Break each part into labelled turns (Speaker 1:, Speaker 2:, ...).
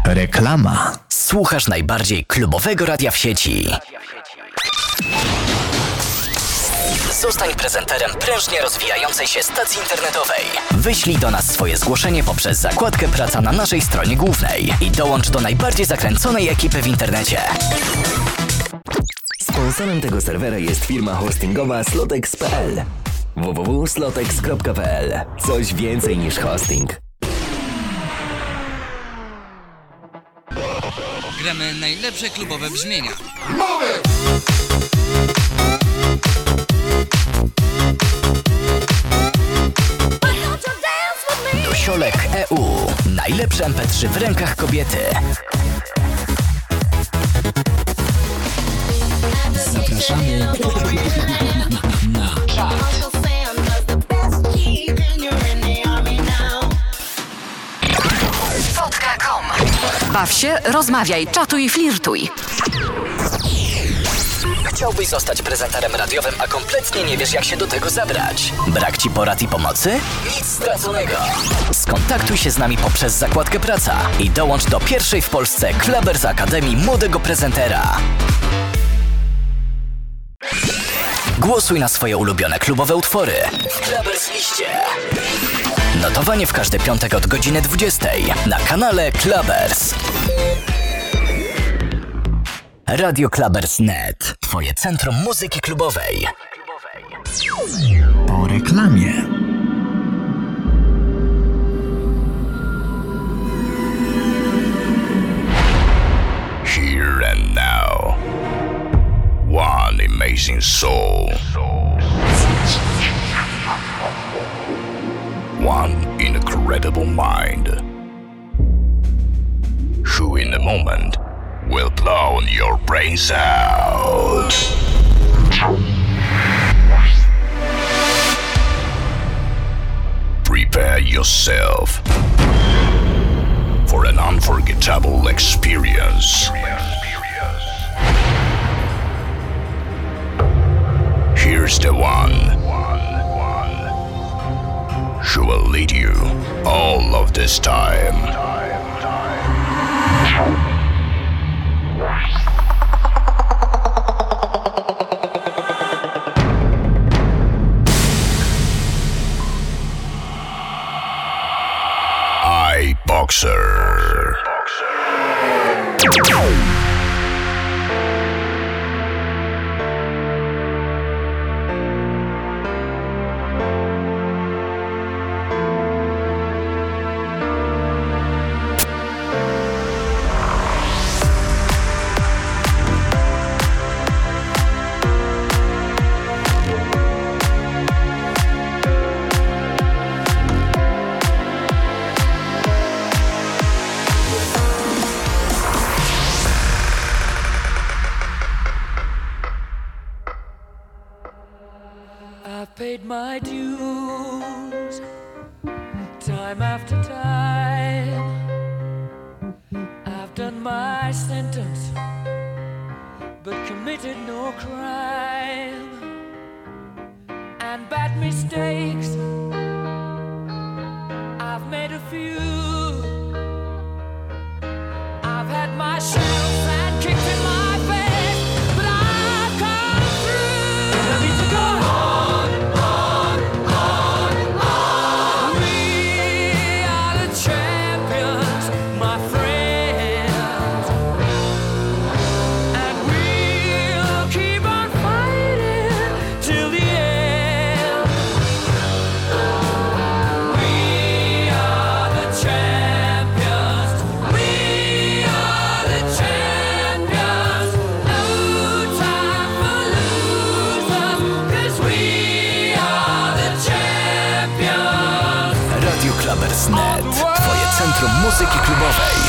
Speaker 1: Reklama.
Speaker 2: Słuchasz najbardziej klubowego radia w sieci. Zostań prezenterem prężnie rozwijającej się stacji internetowej. Wyślij do nas swoje zgłoszenie poprzez zakładkę Praca na naszej stronie głównej i dołącz do najbardziej zakręconej ekipy w internecie.
Speaker 3: Sponsorem tego serwera jest firma hostingowa Slotex.pl. www.slotex.pl. Coś więcej niż hosting.
Speaker 4: Gramy najlepsze klubowe brzmienia.
Speaker 2: Dosiolek EU. Najlepsze MP3 w rękach kobiety.
Speaker 1: Zapraszamy na czat.
Speaker 5: Wodka.com. Baw się, rozmawiaj, czatuj, flirtuj.
Speaker 2: Chciałbyś zostać prezenterem radiowym, a kompletnie nie wiesz, jak się do tego zabrać? Brak ci porad i pomocy? Nic straconego. Skontaktuj się z nami poprzez zakładkę Praca i dołącz do pierwszej w Polsce Clubbers Akademii Młodego Prezentera. Głosuj na swoje ulubione klubowe utwory w Clubbers liście. Notowanie w każdy piątek od godziny 20 na kanale Clubbers. Radio Clubbers.net. Twoje centrum muzyki klubowej.
Speaker 1: Po reklamie.
Speaker 6: Here and now. One amazing soul. One incredible mind. Who in a moment will blow your brains out. Prepare yourself for an unforgettable experience. Here's the one who will lead you all of this time. Boxer.
Speaker 7: Paid my dues time after time. I've done my sentence but committed no crime. And bad mistakes I've made a few. I've had my shells and kicked in my face, but I've come through. I need to go home.
Speaker 2: Clubbers.net. Twoje centrum muzyki klubowej.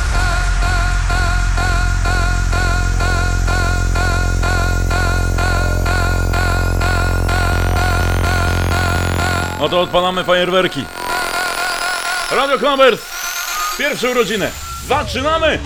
Speaker 8: No to odpalamy fajerwerki. Radio Clubbers. Pierwsze urodziny. Zaczynamy!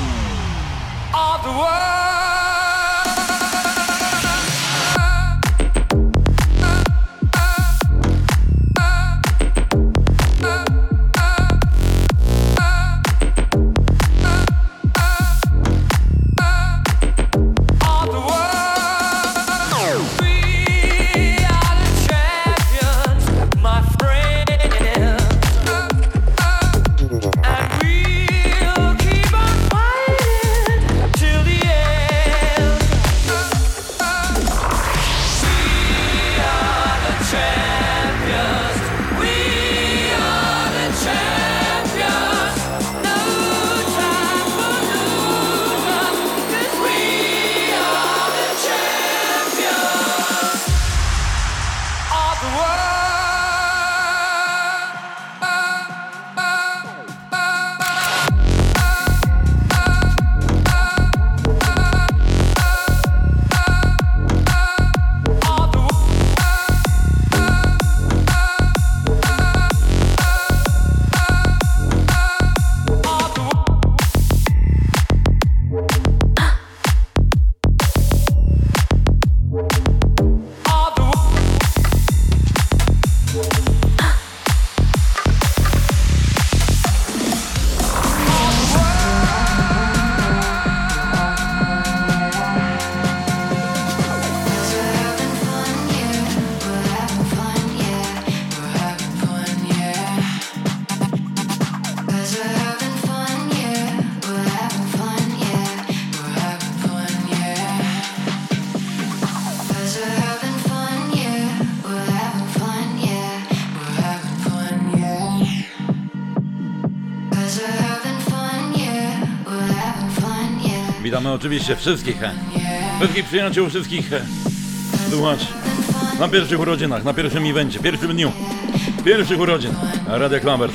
Speaker 8: Witamy oczywiście wszystkich przyjaciół, wszystkich słuchaczy na pierwszych urodzinach, na pierwszym evencie, pierwszym dniu pierwszych urodzin Radia Klamers.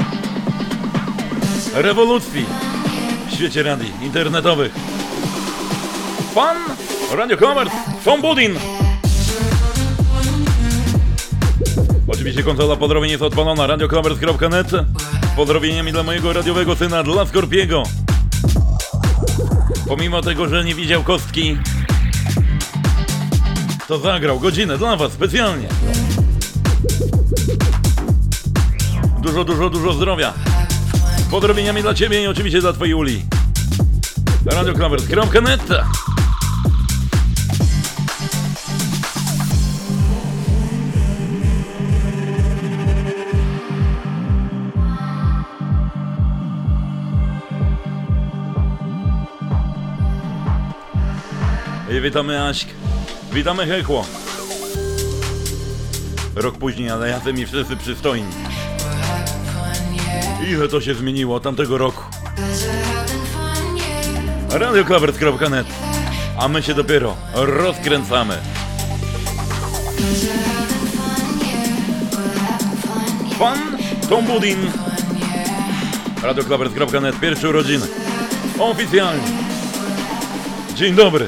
Speaker 8: Rewolucji w świecie radii internetowych. Fan Radio Klamers, Tom Budin. Oczywiście konsola pozdrowień jest odpalona, radioklamers.net. Pozdrowieniami dla mojego radiowego syna, dla Skorpiego. Pomimo tego, że nie widział kostki, to zagrał godzinę dla was specjalnie. Dużo zdrowia. Pozdrowieniami dla ciebie i oczywiście dla twojej Uli. radioklamers.net. I witamy Aśk, witamy Hekło. Rok później, ale jacy mi wszyscy przystojni. Ile to się zmieniło od tamtego roku. radioklamers.net. A my się dopiero rozkręcamy. Fan Tom Budin. radioklamers.net. Pierwsze urodziny oficjalnie. Dzień dobry.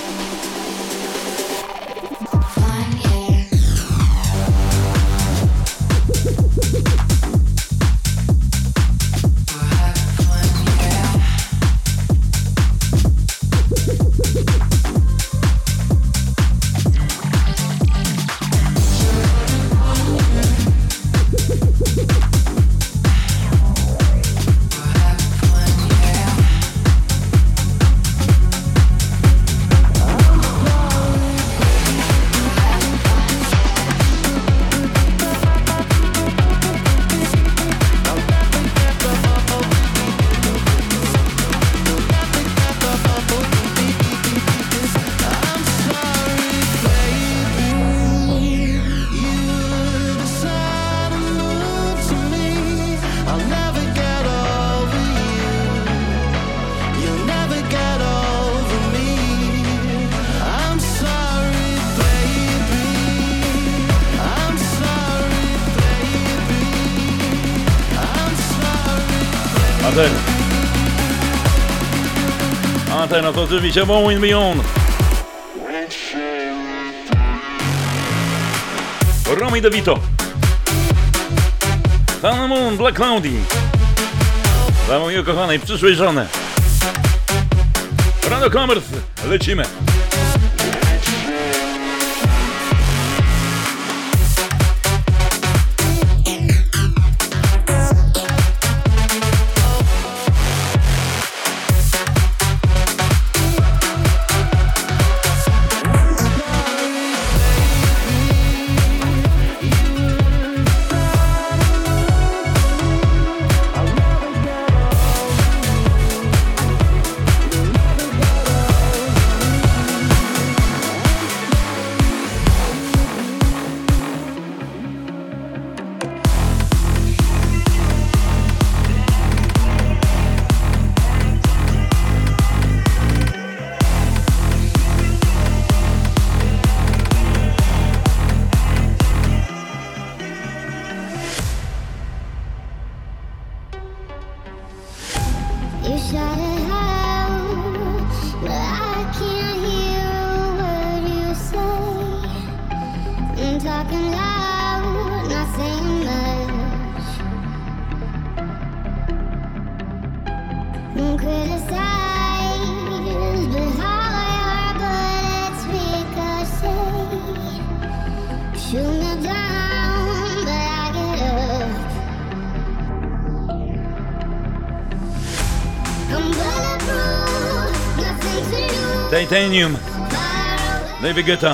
Speaker 8: A teraz oczywiście Bowling Beyond. Romy DeVito. Sun Moon, Black Cloudy. Dla mojej kochanej przyszłej żony. Radio Klamers, lecimy. Titanium, David Guetta.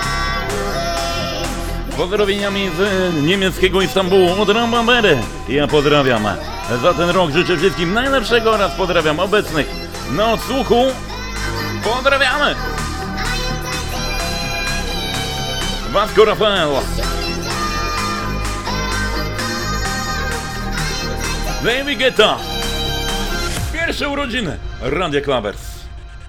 Speaker 8: Pozdrowieniami z niemieckiego Istambułu od Rambambery. Ja pozdrawiam. Za ten rok życzę wszystkim najlepszego oraz pozdrawiam obecnych na odsłuchu. Pozdrawiamy! Vasco Rafael. David Guetta. Pierwsze urodziny Radia Klamers.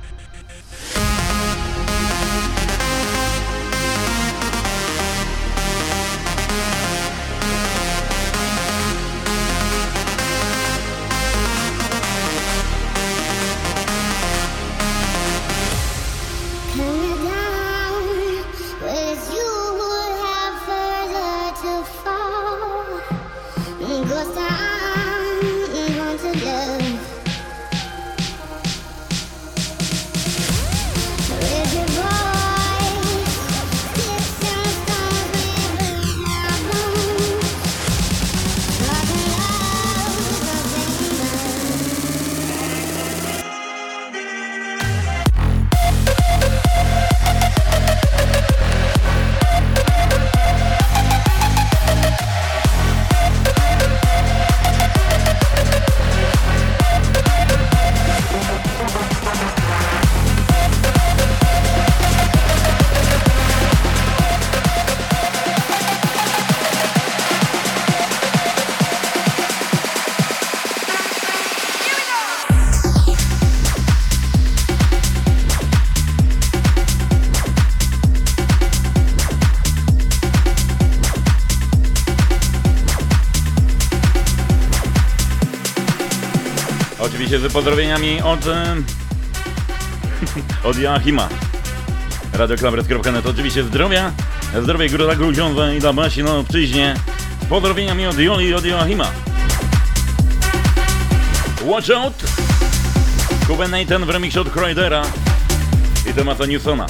Speaker 8: Oczywiście z pozdrowieniami od Joachima. RadioKlamres.net. Oczywiście zdrowia Gruda Grudziądza i dla Basi na obczyźnie. Z pozdrowieniami od Joli i od Joachima. Watch Out! Kuben Nathan w remiksie od Croydera i Tomasa Newsona.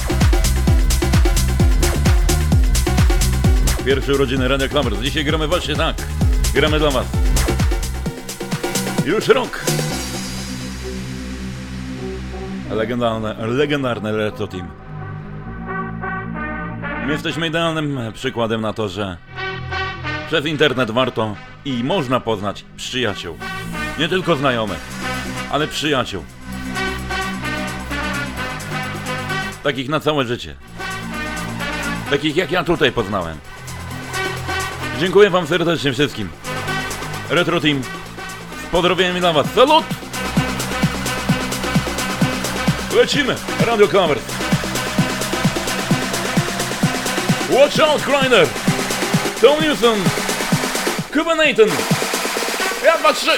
Speaker 8: Pierwsze urodziny Radia Klamres. Dzisiaj gramy właśnie tak. Gramy dla was. Już rok. Legendarny Retro Team. My jesteśmy idealnym przykładem na to, że przez internet warto i można poznać przyjaciół. Nie tylko znajomych, ale przyjaciół. Takich na całe życie. Takich jak ja tutaj poznałem. Dziękuję wam serdecznie wszystkim. Retro Team. Z pozdrowieniami dla was. Salut! Lecimy! Radio Klamres. Watch Out, Grinder! Tom Newson! Kuben Nathan! Ja 2, 3!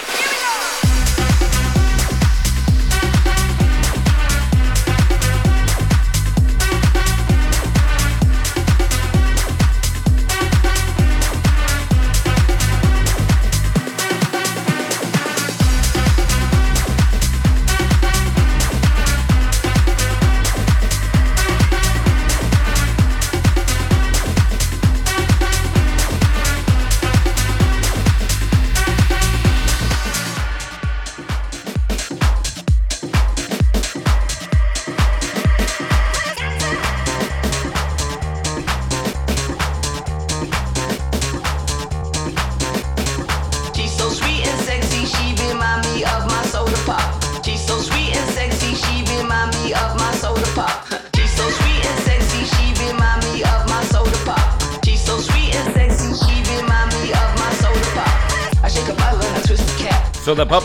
Speaker 8: Soda Pop.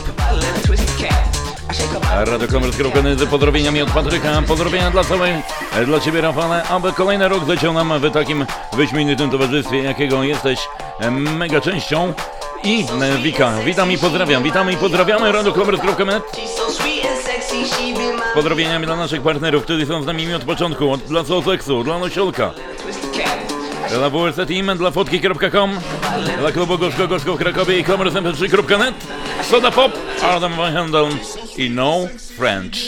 Speaker 8: RadioKlamres.net z pozdrowieniami od Patryka. Pozdrowienia dla ciebie, Rafale, aby kolejny rok zleciał nam w takim wyśmienitym towarzystwie, jakiego jesteś mega częścią. I Wika, witam i pozdrawiam. Witamy i pozdrawiamy RadioKlamres.net. Pozdrowieniami dla naszych partnerów, którzy są z nami od początku, dla Soseksu, dla Nosiolka, dla WRC Team, dla fotki.com, dla klubu Gorzko w Krakowie i klamresmp3.net, Soda Pop, Adam Van Handel i No French.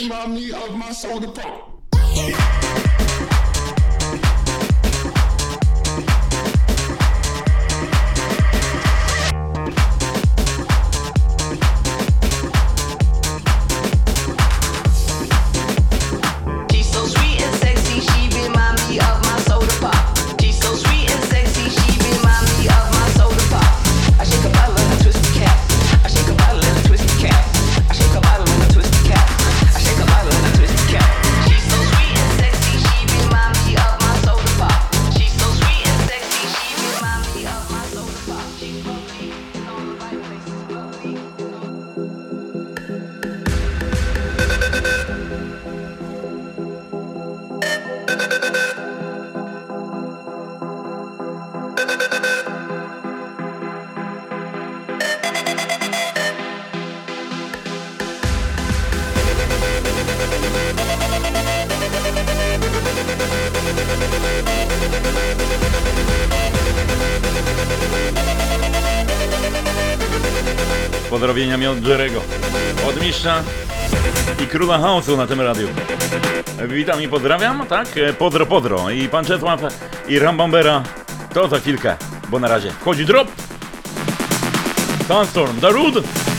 Speaker 8: Pozdrowieniami od Jerego, od mistrza i króla chaosu na tym radiu. Witam i pozdrawiam, tak? Pozdro. I pan Czesław i Rambambera to za chwilkę, bo na razie wchodzi drop. Sunstorm, Darude.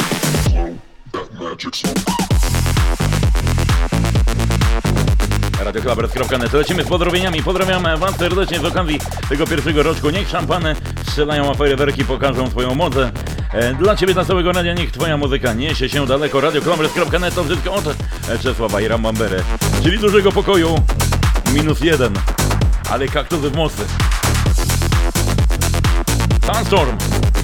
Speaker 8: RadioClubbers.net. Lecimy z pozdrowieniami. Pozdrawiamy was serdecznie z okazji tego pierwszego roczku. Niech szampany strzelają, a fajerwerki pokażą swoją moc. Dla ciebie na całego radia niech twoja muzyka niesie się daleko. RadioClubbers.net to wszystko od Czesława i Rambambery. Czyli dużego pokoju -1. Ale kaktusy w mocy. Sunstorm.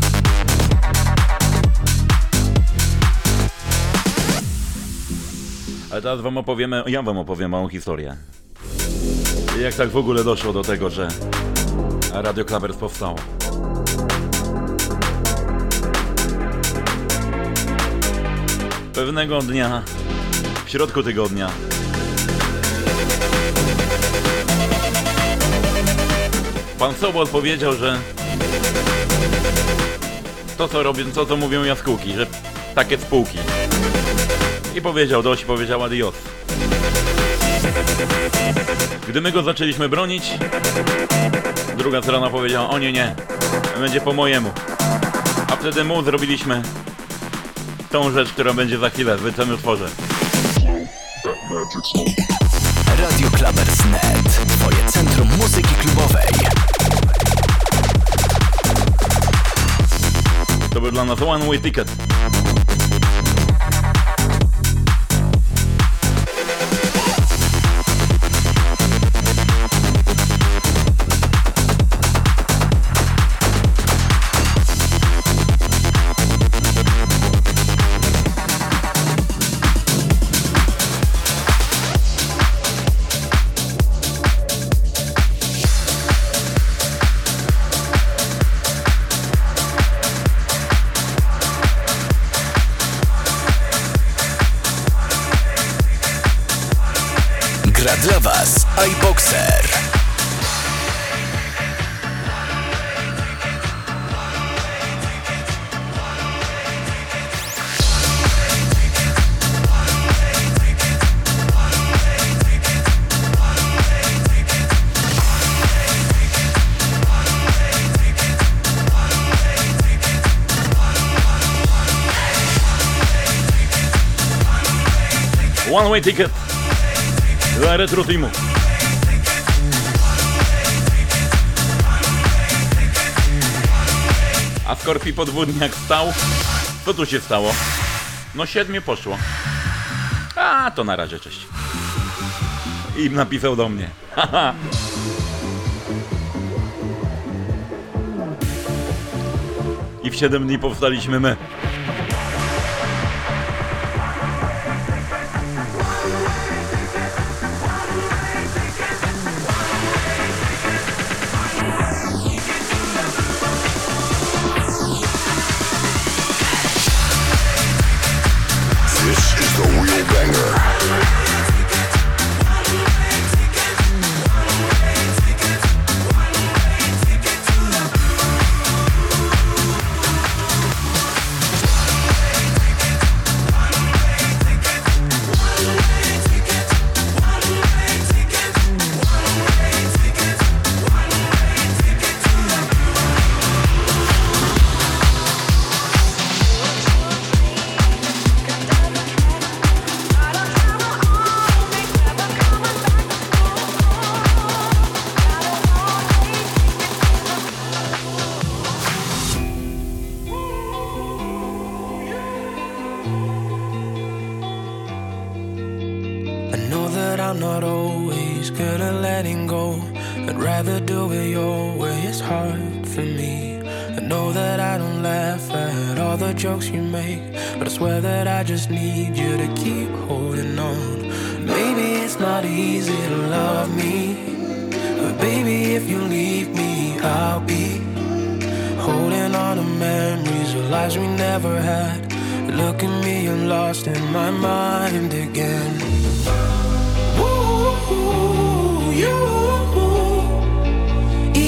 Speaker 8: Ale teraz ja wam opowiem małą historię. Jak tak w ogóle doszło do tego, że Radio Clubbers powstało. Pewnego dnia, w środku tygodnia, pan Sobot powiedział, że to co robią, co mówią jaskółki, że takie spółki. I powiedział dość, powiedział adios. Gdy my go zaczęliśmy bronić, druga strona powiedziała, o nie, będzie po mojemu. A wtedy mu zrobiliśmy tą rzecz, która będzie za chwilę w tym utworze.
Speaker 2: Radio Clubbers.net, twoje centrum muzyki klubowej.
Speaker 8: To był dla nas One Way Ticket.
Speaker 2: Dla was iBoxer.
Speaker 8: One Way Ticket dla Retro Teamu. A Skorpi podwódniak stał. Co tu się stało? No 7 poszło. A to na razie, cześć. I napisał do mnie. I w 7 dni powstaliśmy my.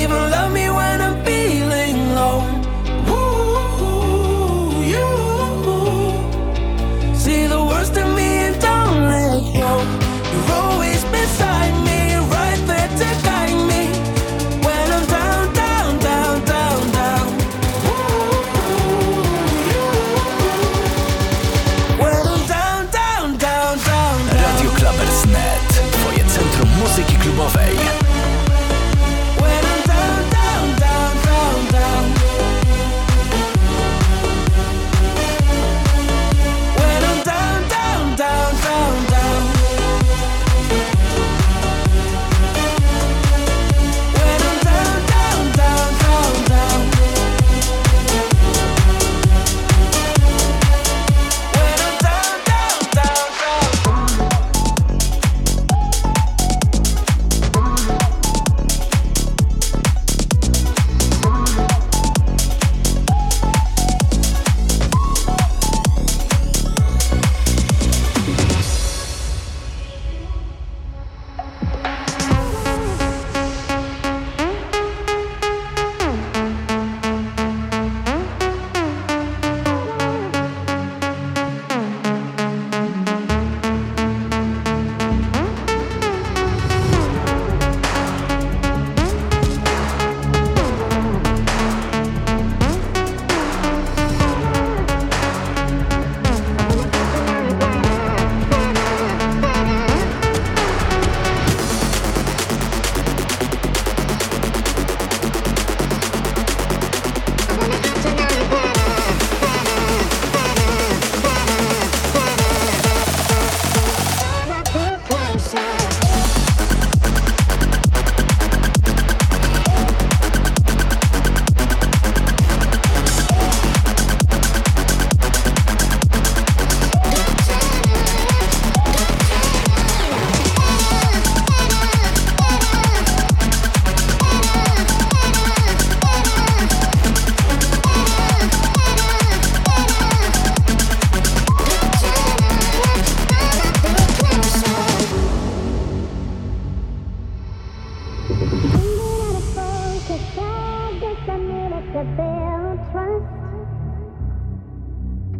Speaker 7: Even love me when I'm feeling low. Ooh, you.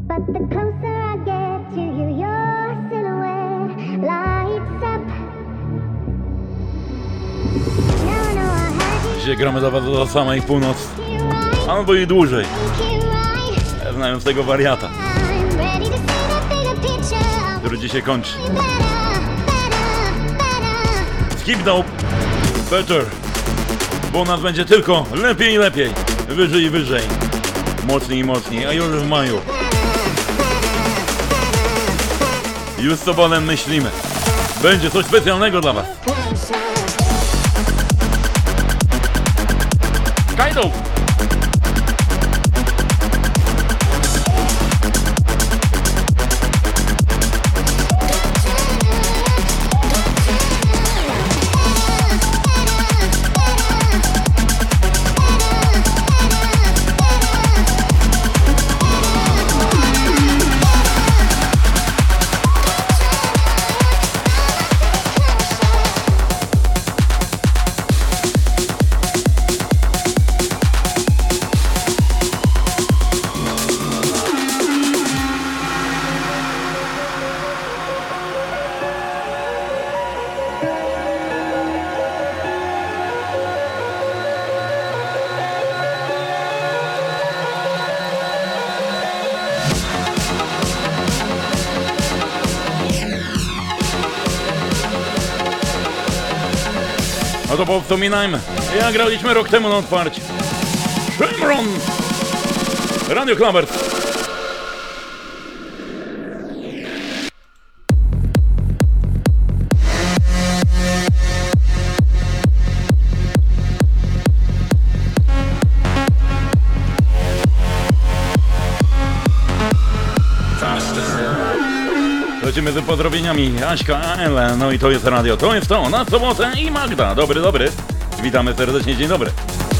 Speaker 9: But the closer I get to you, your silhouette lights up. Now I know I had you.
Speaker 8: Dzisiaj gramy dla was do samej północy,
Speaker 9: Right,
Speaker 8: albo i dłużej,
Speaker 9: right.
Speaker 8: znając tego wariata,
Speaker 9: I'm ready to see the bigger picture.
Speaker 8: który dzisiaj kończy.
Speaker 9: Better, better, better.
Speaker 8: Skip dope, better, bo u nas będzie tylko lepiej i lepiej, wyżej i wyżej, mocniej i mocniej, a już w maju. Już z sobą myślimy, będzie coś specjalnego dla was. Kajdą! No to powspominajmy, jak graliśmy rok temu na otwarcie. Shamron! Radio Klabert. Lecimy z pozdrowieniami Aśka, Ele, no i to jest radio, to jest to, na sobotę i Magda. Dobry, dobry. Witamy serdecznie, dzień dobry.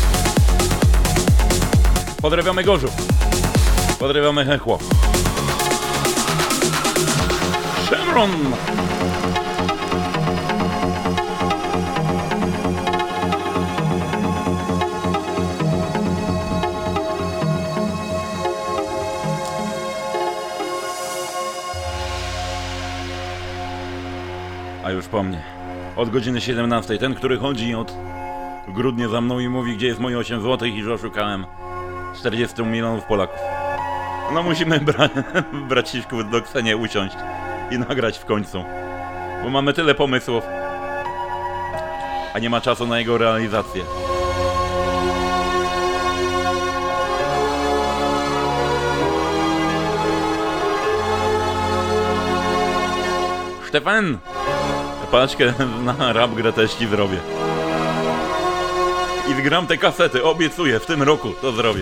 Speaker 8: Pozdrawiamy Gorzów. Pozdrawiamy Hechło. Shamron! A już po mnie. Od godziny 17. Ten, który chodzi od grudnia za mną i mówi, gdzie jest moje 8 zł i że oszukałem 40 milionów Polaków. No musimy braciszku do Ksenie usiąść i nagrać w końcu. Bo mamy tyle pomysłów, a nie ma czasu na jego realizację. Stefan! Paczkę na rap grę też ci zrobię. I zgram te kasety, obiecuję, w tym roku to zrobię.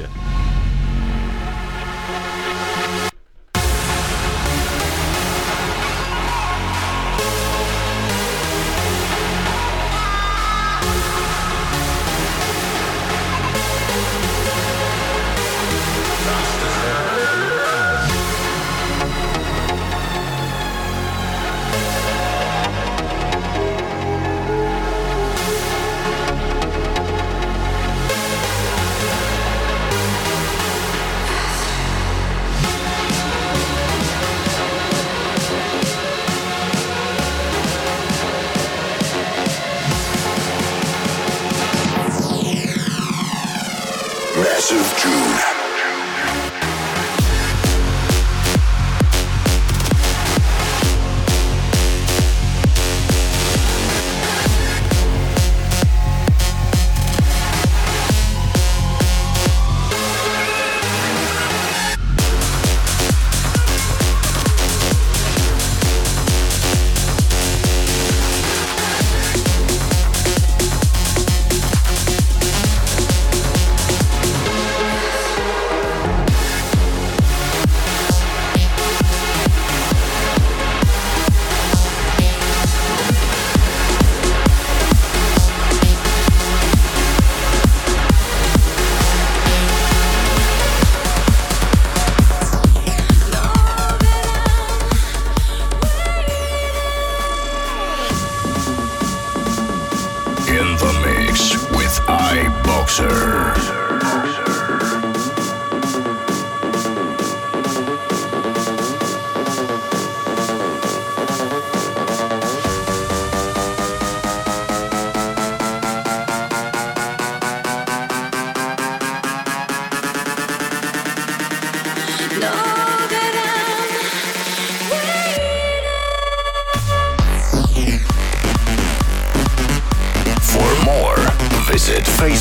Speaker 6: For more, visit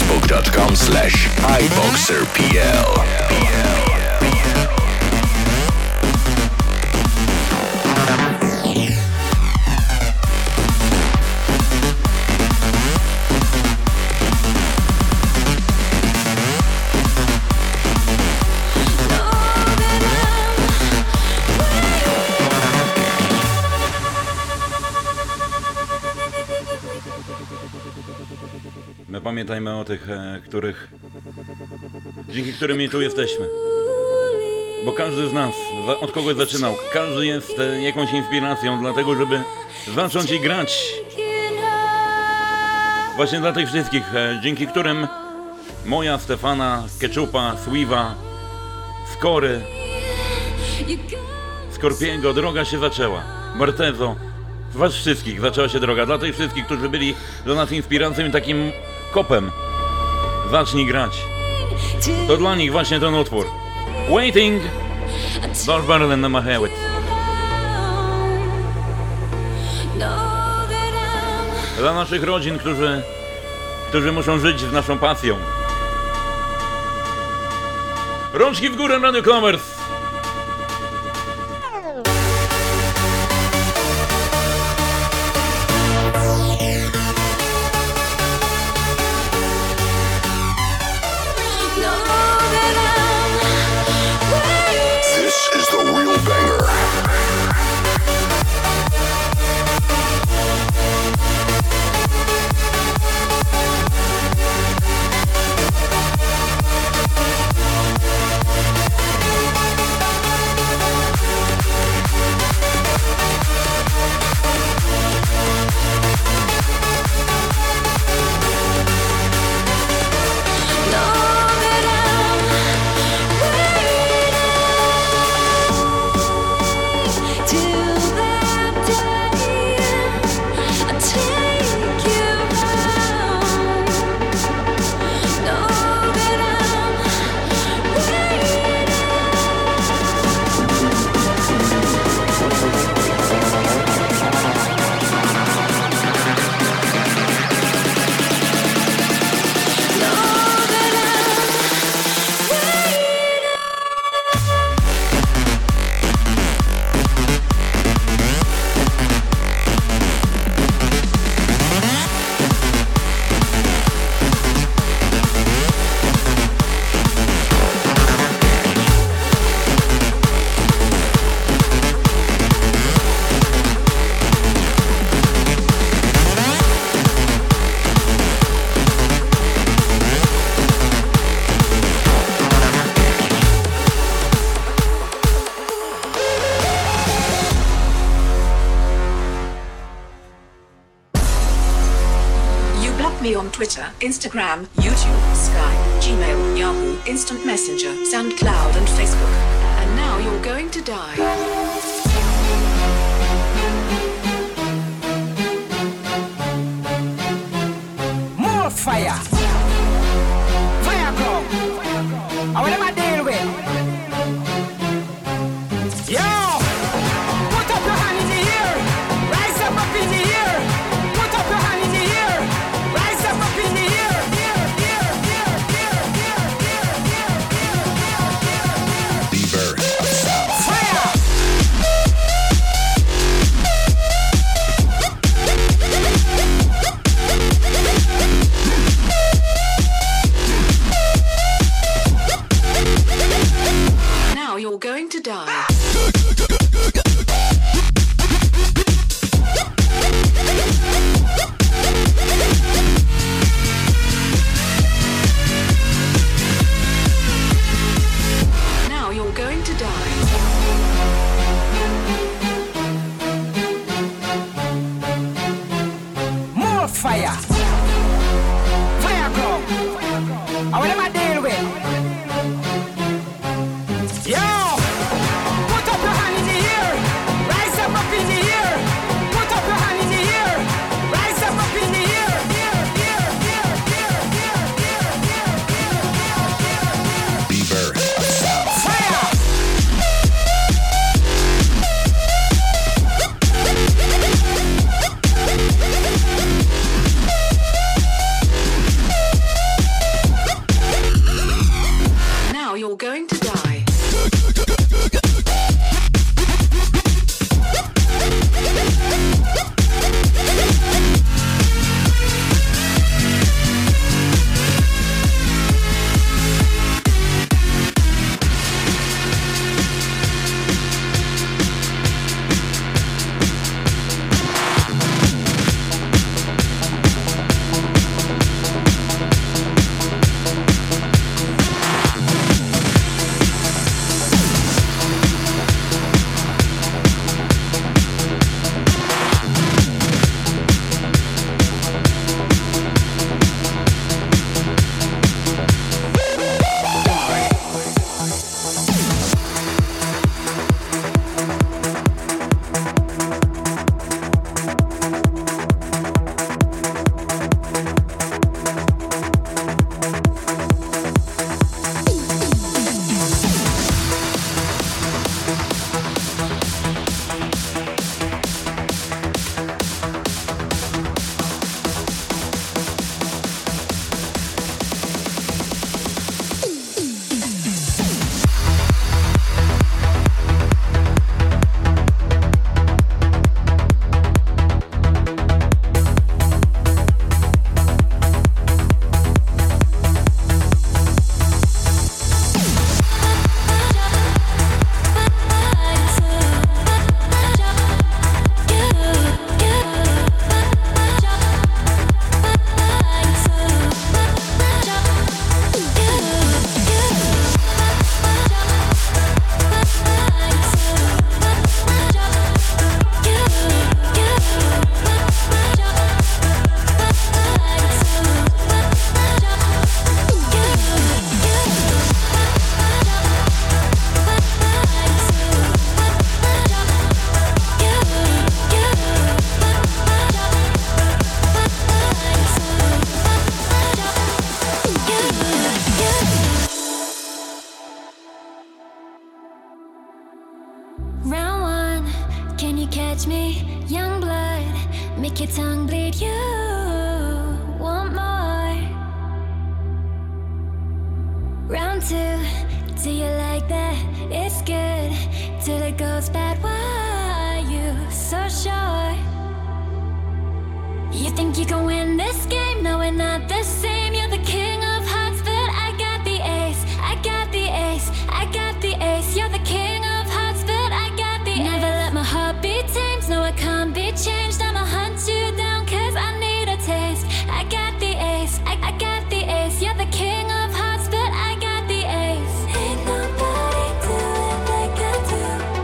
Speaker 6: facebook.com/iboxerpl.
Speaker 8: My pamiętajmy o tych, dzięki którym my tu jesteśmy. Bo każdy z nas od kogoś zaczynał. Każdy jest jakąś inspiracją dla tego, żeby zacząć i grać. Właśnie dla tych wszystkich, dzięki którym moja, Stefana, Ketchupa, Sweeva, Skory, Skorpiego droga się zaczęła. Bartezo, z was wszystkich zaczęła się droga. Dla tych wszystkich, którzy byli dla nas inspiracją i takim kopem. Zacznij grać. To dla nich właśnie ten utwór. Waiting. Darth Vader and the Mahewit. Dla naszych rodzin, którzy muszą żyć z naszą pasją. Rączki w górę, Radio Clovers.
Speaker 10: On Twitter, Instagram, YouTube, Skype, Gmail, Yahoo, Instant Messenger, SoundCloud and Facebook. And now you're going to die.
Speaker 11: More fire! Fire go! I will never deal with. Yo! Put up your hand in the air! Rise up in the air! Put up your hand in the air! Rise up in the air!
Speaker 6: The birth of sound.
Speaker 11: Fire!
Speaker 10: Now you're going to die. Now you're going to die.
Speaker 11: More fire! Fire go! I will never deal with. Yo! Put up your hand in
Speaker 9: you catch me, young blood, make your tongue bleed. You want more? Round two, do you like that? It's good till it goes bad. Why are you so sure? You think you can win this game? No, we're not the same. You're the king of hearts, but I got the ace. I got the ace. I got the ace. You're the king of hearts, but I got the ace. Never let my heart be tamed. No, it can't be changed. I'ma hunt you down, cause I need a taste. I got the ace. I got the ace. You're the king of hearts, but I got the ace. Ain't nobody do it like I do.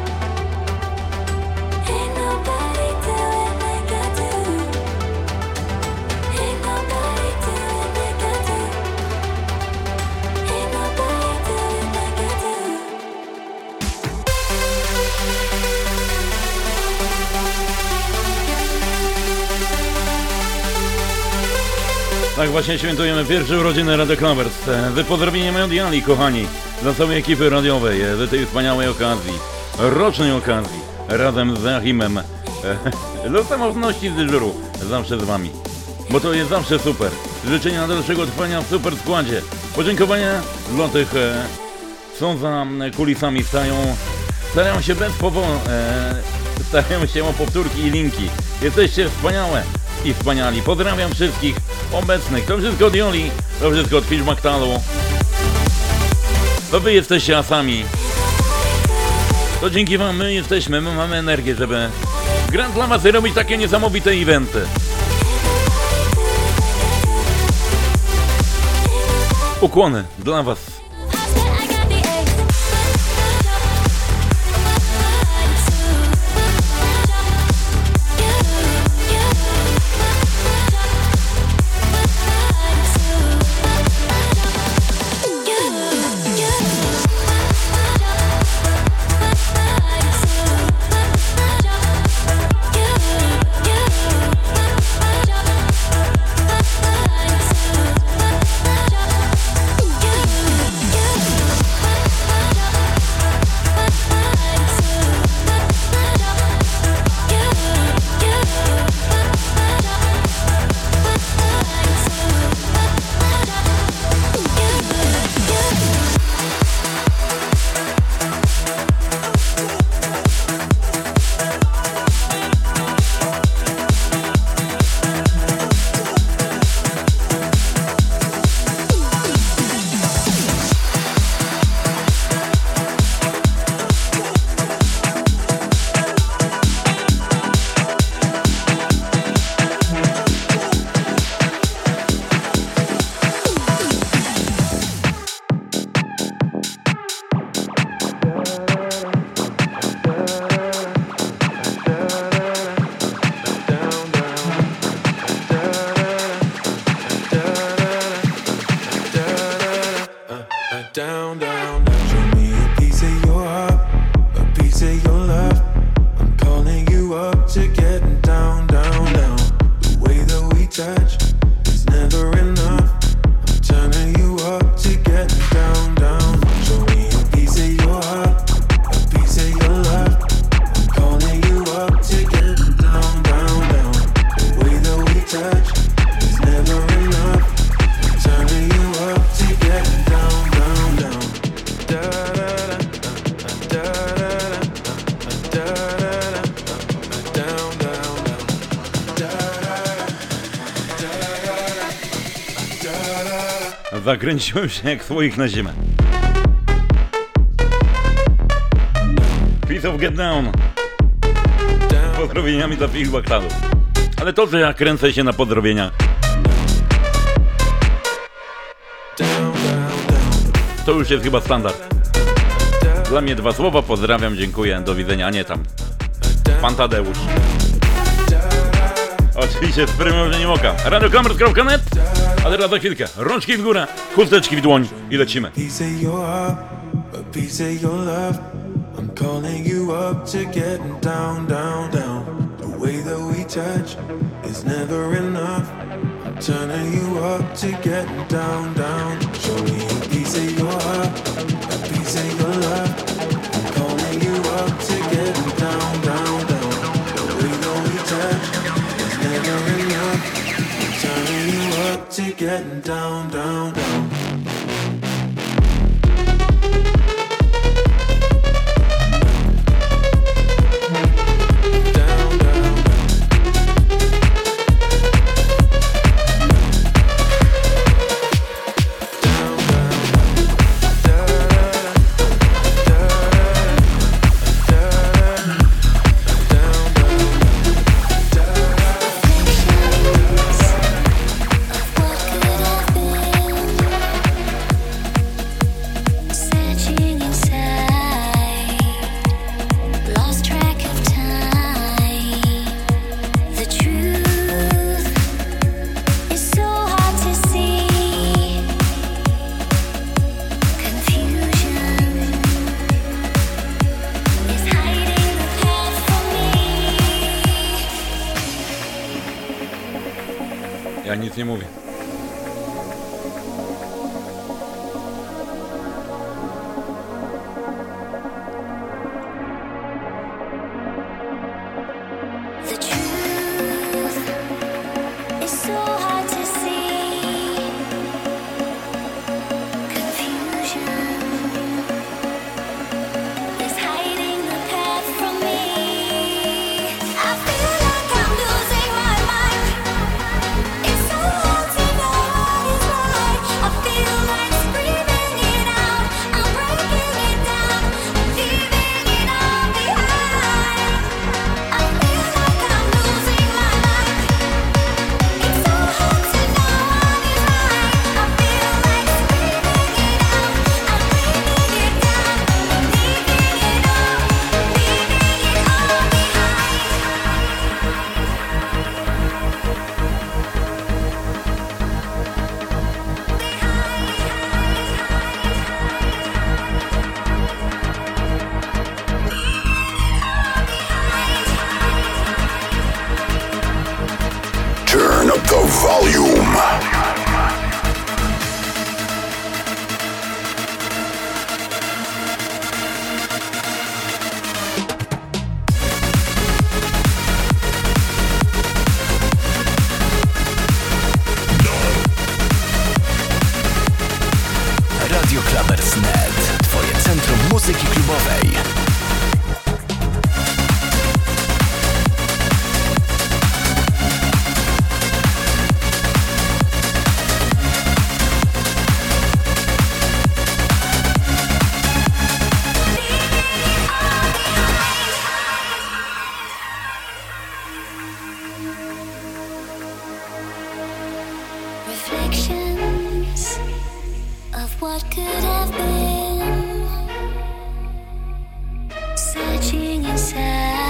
Speaker 9: Ain't nobody do it like I do. Ain't nobody do it like I do. Ain't nobody do it like I do.
Speaker 8: Tak właśnie świętujemy pierwsze urodziny Radio Klavers. Z pozdrowieniem od Jali, kochani, dla całej ekipy radiowej, z tej wspaniałej okazji, rocznej okazji, razem z Achimem, do samotności z dyżuru, zawsze z wami, bo to jest zawsze super. Życzenia dalszego trwania w super składzie. Podziękowania dla tych, co za kulisami starają się bez starają się o powtórki i linki. Jesteście wspaniałe i wspaniali. Pozdrawiam wszystkich obecnych. To wszystko od Joli, to wszystko od Filma Ktalu. To wy jesteście asami. To dzięki wam my jesteśmy, my mamy energię, żeby grać dla was i robić takie niesamowite eventy. Ukłony dla was. Zakręciłem się jak słoik na zimę. Piece of Get Down. Pozdrowieniami dla Filma Ktalu. Ale to, że ja kręcę się na pozdrowieniach, to już jest chyba standard. Dla mnie 2 słowa, pozdrawiam, dziękuję, do widzenia, a nie tam. Pan Tadeusz. Oczywiście z premierzeniem oka. radioklamers.net. A teraz za chwilkę, rączki w górę, chusteczki w dłoń i lecimy.
Speaker 12: Calling you up to getting down, down, down.
Speaker 8: Ja nic nie mówię.
Speaker 9: The truth is so hard to see. Confusion is hiding the path from me. I feel like I'm losing my mind. It's so hard to know what is right. I feel like screaming it out. I'm breaking it down, leaving it all behind. I feel like I'm losing my life. It's so hard to know what is right. I feel like screaming it out. I'm breaking it down, leaving it all
Speaker 6: Turn up the volume.
Speaker 2: Radio Clubbers.net. Twoje centrum muzyki klubowej.
Speaker 9: reflections of what could have been, searching inside,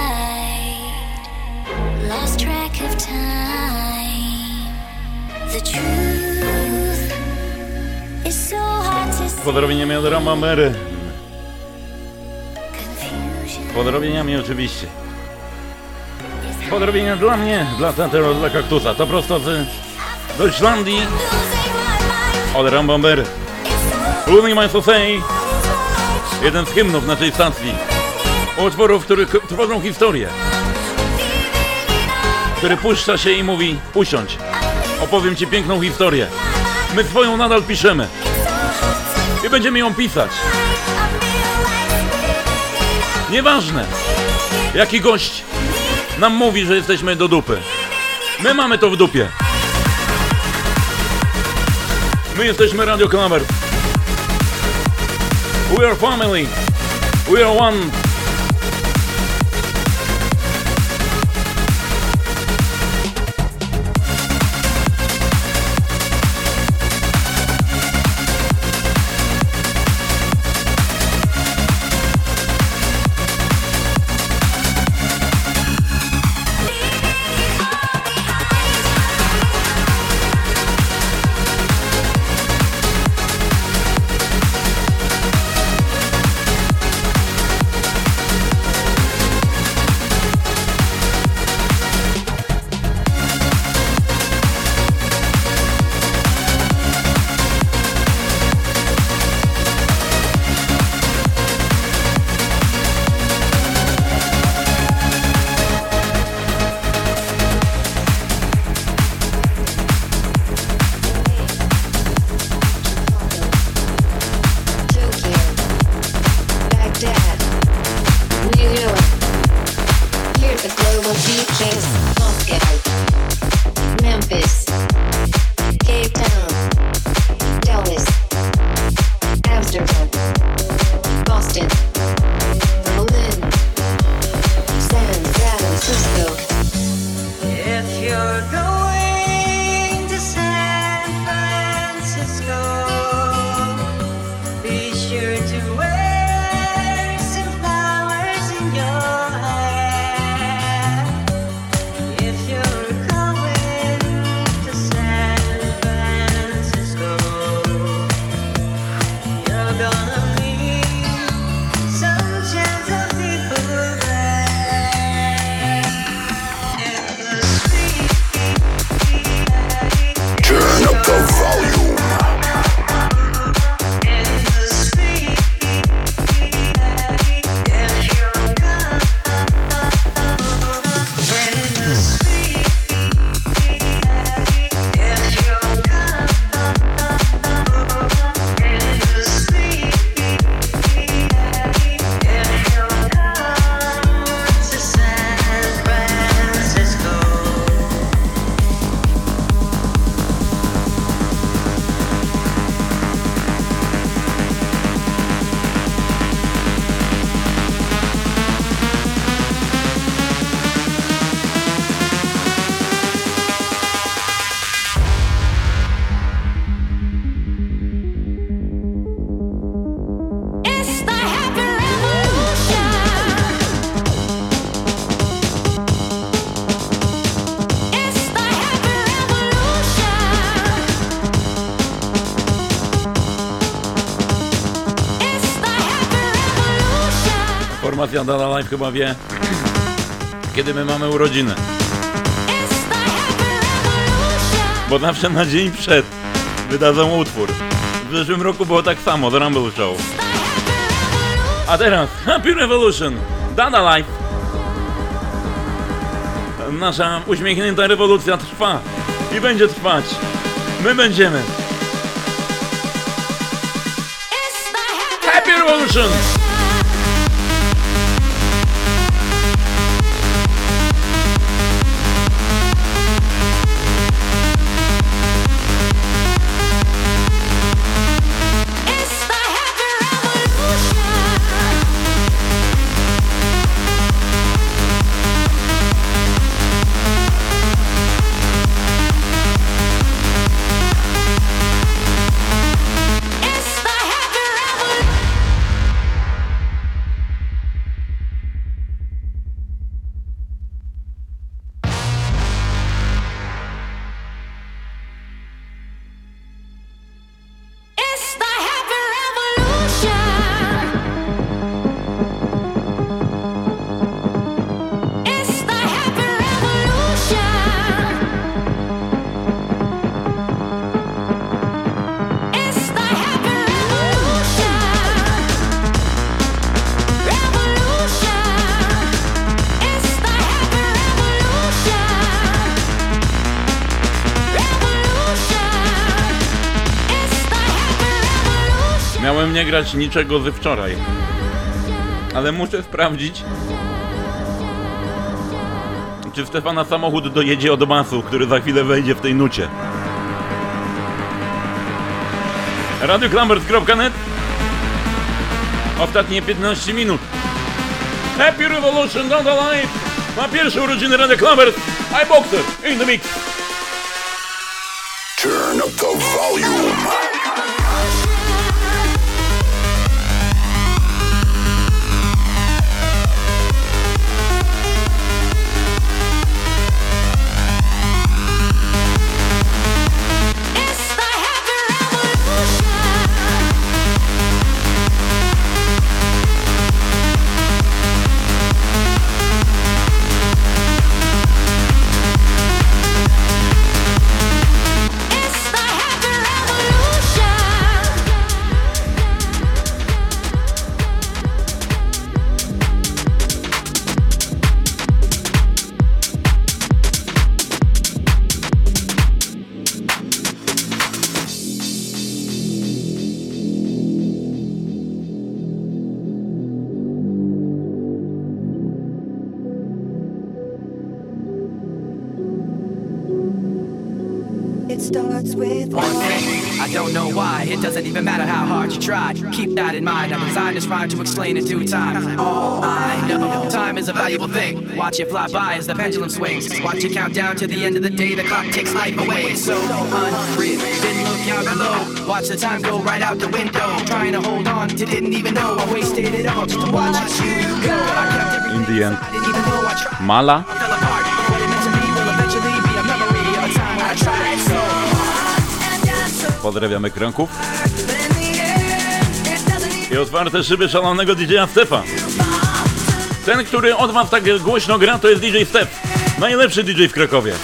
Speaker 9: lost track of time. The truth is so hard to see.
Speaker 8: Pozdrowieniami od Ramamery. Pozdrowieniami oczywiście. Pozdrowienia dla mnie, dla Tatero, dla Kaktusa. To prosto z Deutschlandii. Od Rambambery. Losing My Say. Jeden z hymnów naszej stacji. Utworów, które tworzą historię. Który puszcza się i mówi: usiądź, opowiem ci piękną historię. My swoją nadal piszemy. I będziemy ją pisać. Nieważne, jaki gość nam mówi, że jesteśmy do dupy. My mamy to w dupie. My jesteśmy Radio Clubbers. We are family. We are one. formacja Dada Live chyba wie, kiedy my mamy urodziny. Bo zawsze na dzień przed wydadzą utwór. W zeszłym roku było tak samo, The Rumble Show. A teraz Happy Revolution, Dada Live. Nasza uśmiechnięta rewolucja trwa i będzie trwać. My będziemy. Happy Revolution! Miałem nie grać niczego ze wczoraj, ale muszę sprawdzić, czy Stefana samochód dojedzie od basu, który za chwilę wejdzie w tej nucie. radioclumbers.net. Ostatnie 15 minut. Happy Revolution Dada Live. Na pierwsze urodziny Radio Clumbers. iBoxer in the mix.
Speaker 6: Turn up the volume.
Speaker 12: Doesn't even matter how hard you try. Keep that in mind. I designed this rhyme to explain in due time. All I know, time is a valuable thing. Watch it fly by as the pendulum swings. Watch it count down to the end of the day. The clock takes life away. It's so unreal. Didn't look out below. Watch the time go right out the window. Trying to hold on to didn't even know I wasted it all just to watch you go. I kept everything.
Speaker 8: In the end,
Speaker 12: I didn't even know I tried.
Speaker 8: Mala.
Speaker 12: I fell apart. What it meant to me will eventually be a memory of a time when I tried so hard.
Speaker 8: Pozdrawiamy Kręków. I otwarte szyby szalonego DJ-a Stefa. Ten, który od was tak głośno gra, to jest DJ Stef. Najlepszy DJ w Krakowie.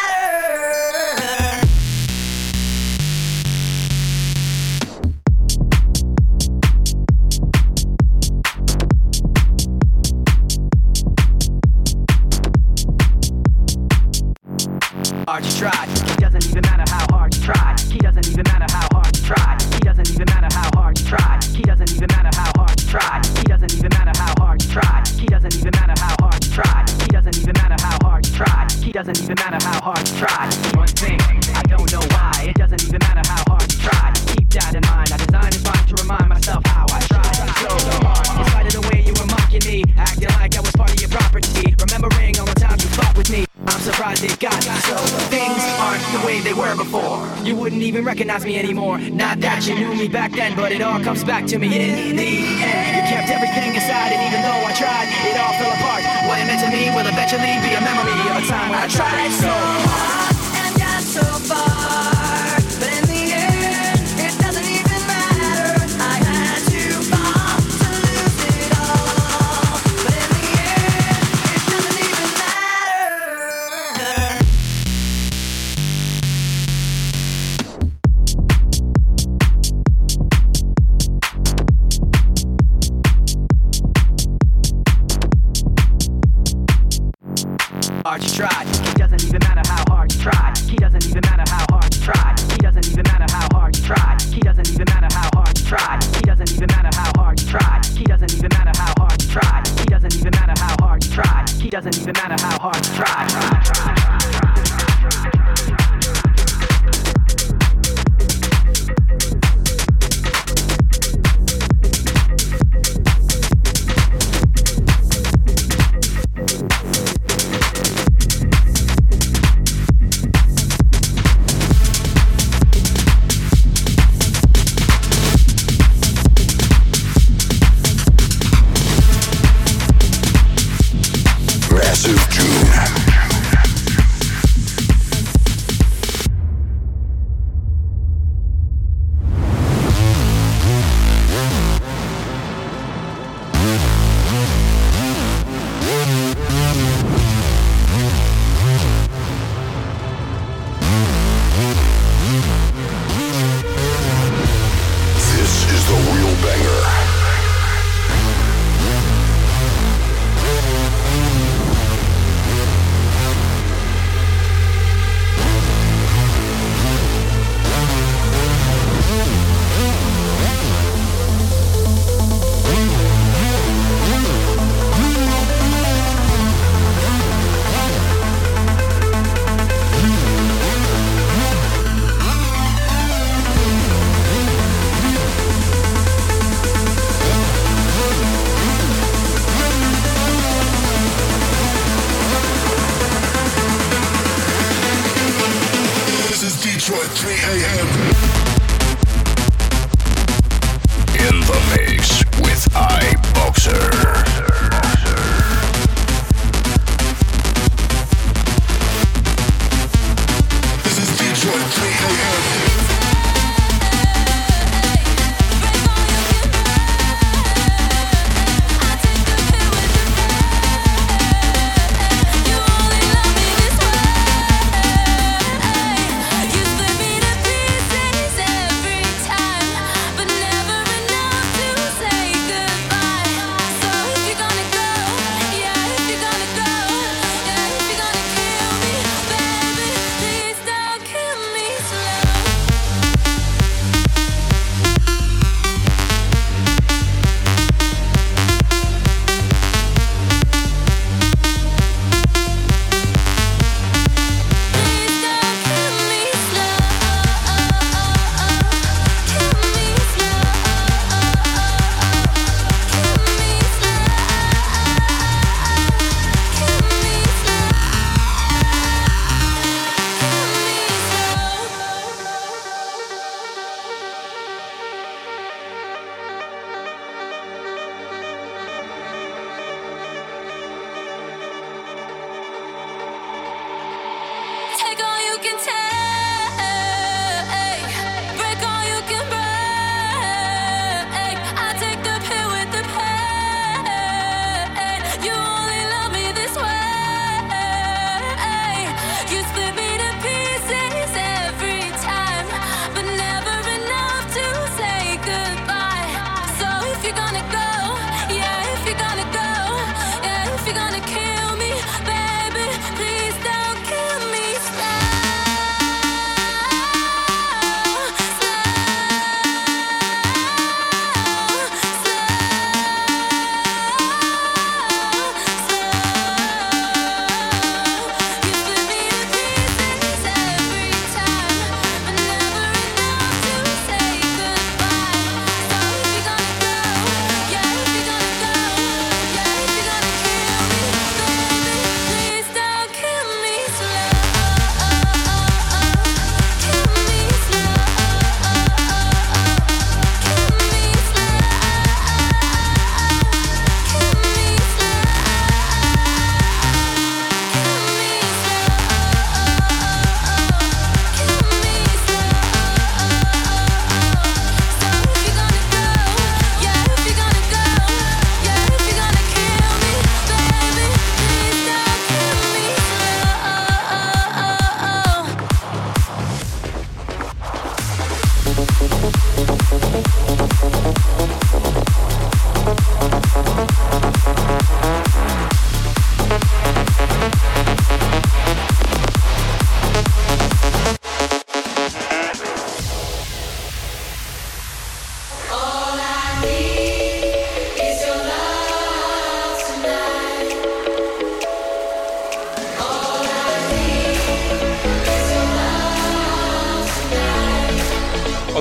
Speaker 12: Hard you tried. It doesn't even matter how hard you tried. He doesn't even matter how hard you tried. He doesn't even matter how hard you tried. He doesn't even matter how hard you tried. He doesn't even matter how hard you tried. He doesn't even matter how hard you tried. He doesn't even matter how hard you tried. He doesn't even matter how hard you tried. One thing, I don't know why. It doesn't even matter how hard you tried. Keep that in mind. I designed this rhyme to remind myself how I tried so hard. In spite of the way you were mocking me, acting like I was part of your property. Remembering all the times you fought with me. I'm surprised it got so. Things aren't the way they were before. You wouldn't even recognize me anymore. Not that you knew me back then, but it all comes back to me in the end. You kept everything aside, and even though I tried, it all fell apart. What it meant to me will eventually be a memory of a time when I tried so hard and got so far. But in the end, it doesn't even matter. I had to fall to lose it all. hard you try. He doesn't even matter how hard you try. He doesn't even matter how hard you try. He doesn't even matter how hard you try. He doesn't even matter how hard you try. He doesn't even matter how hard you try. He doesn't even matter how hard you try. He doesn't even matter how hard you try. He doesn't even matter how hard you try.
Speaker 6: Massive June.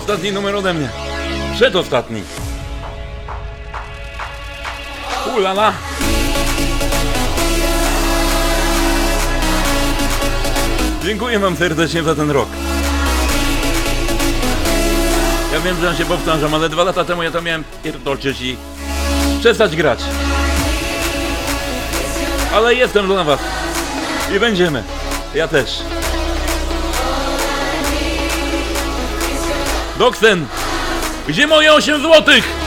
Speaker 8: Ostatni numer ode mnie. Przedostatni. Ulala. Dziękuję wam serdecznie za ten rok. Ja wiem, że ja się powtarzam, ale 2 lata temu ja to miałem pierdolczyć i przestać grać. Ale jestem dla was. I będziemy. Ja też. Doksen! Gdzie moje 8 złotych?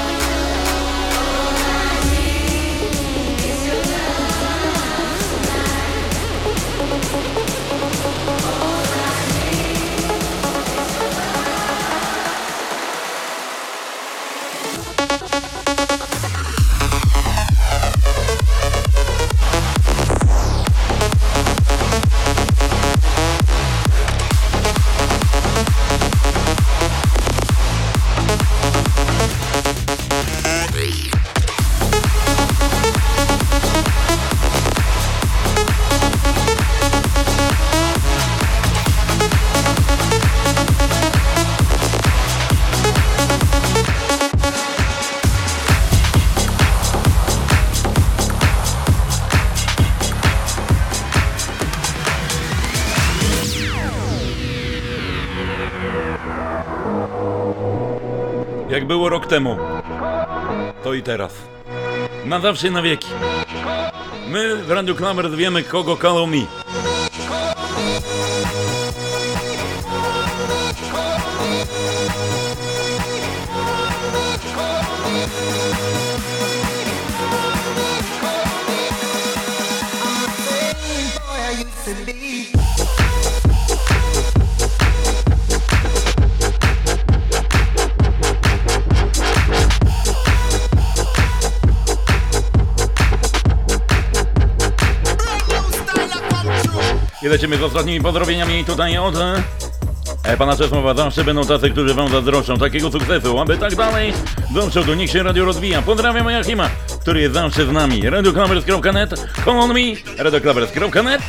Speaker 8: Jak było rok temu, to i teraz. Na zawsze i na wieki. My w Radiu Klamers wiemy, kogo call me. I lecimy z ostatnimi pozdrowieniami tutaj od pana Czesława. Zawsze będą tacy, którzy wam zazdroszczą takiego sukcesu, aby tak dalej do przodu. Niech się radio rozwija. Pozdrawiam Joachima, który jest zawsze z nami. radioklamers.net, call on me, radioklamers.net.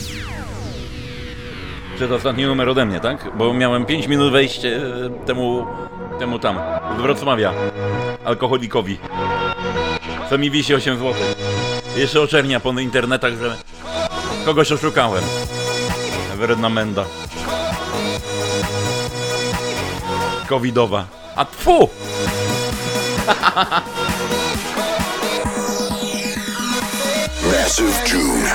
Speaker 8: Przedostatni numer ode mnie, tak? Bo miałem 5 minut wejść temu tam, z Wrocławia, alkoholikowi. Co mi wisi 8 zł. Jeszcze oczernia po internetach, że kogoś oszukałem. Wredna menda. Covidowa. A tfu!
Speaker 6: Massive June.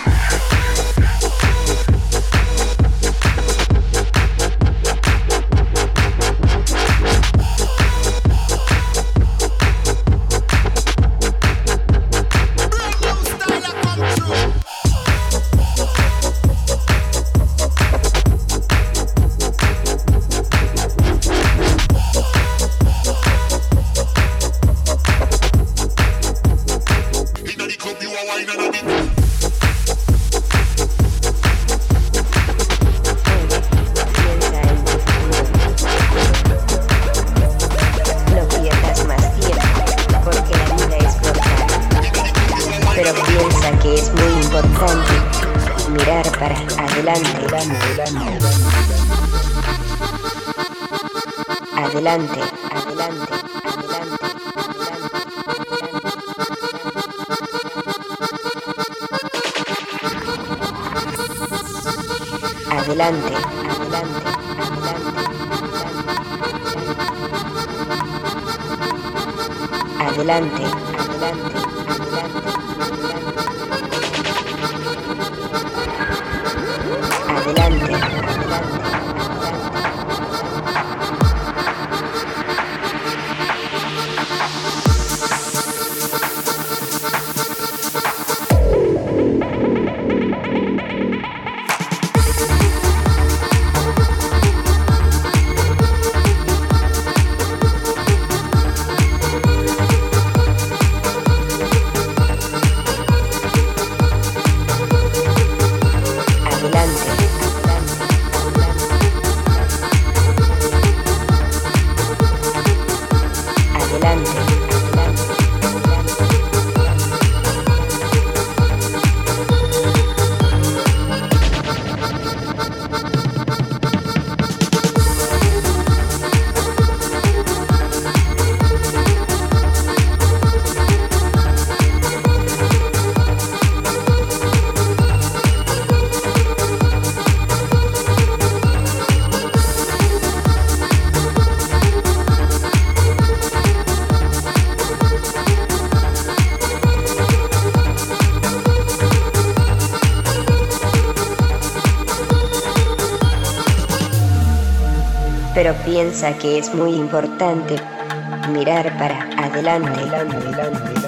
Speaker 13: Adelante. pero piensa que es muy importante mirar para adelante.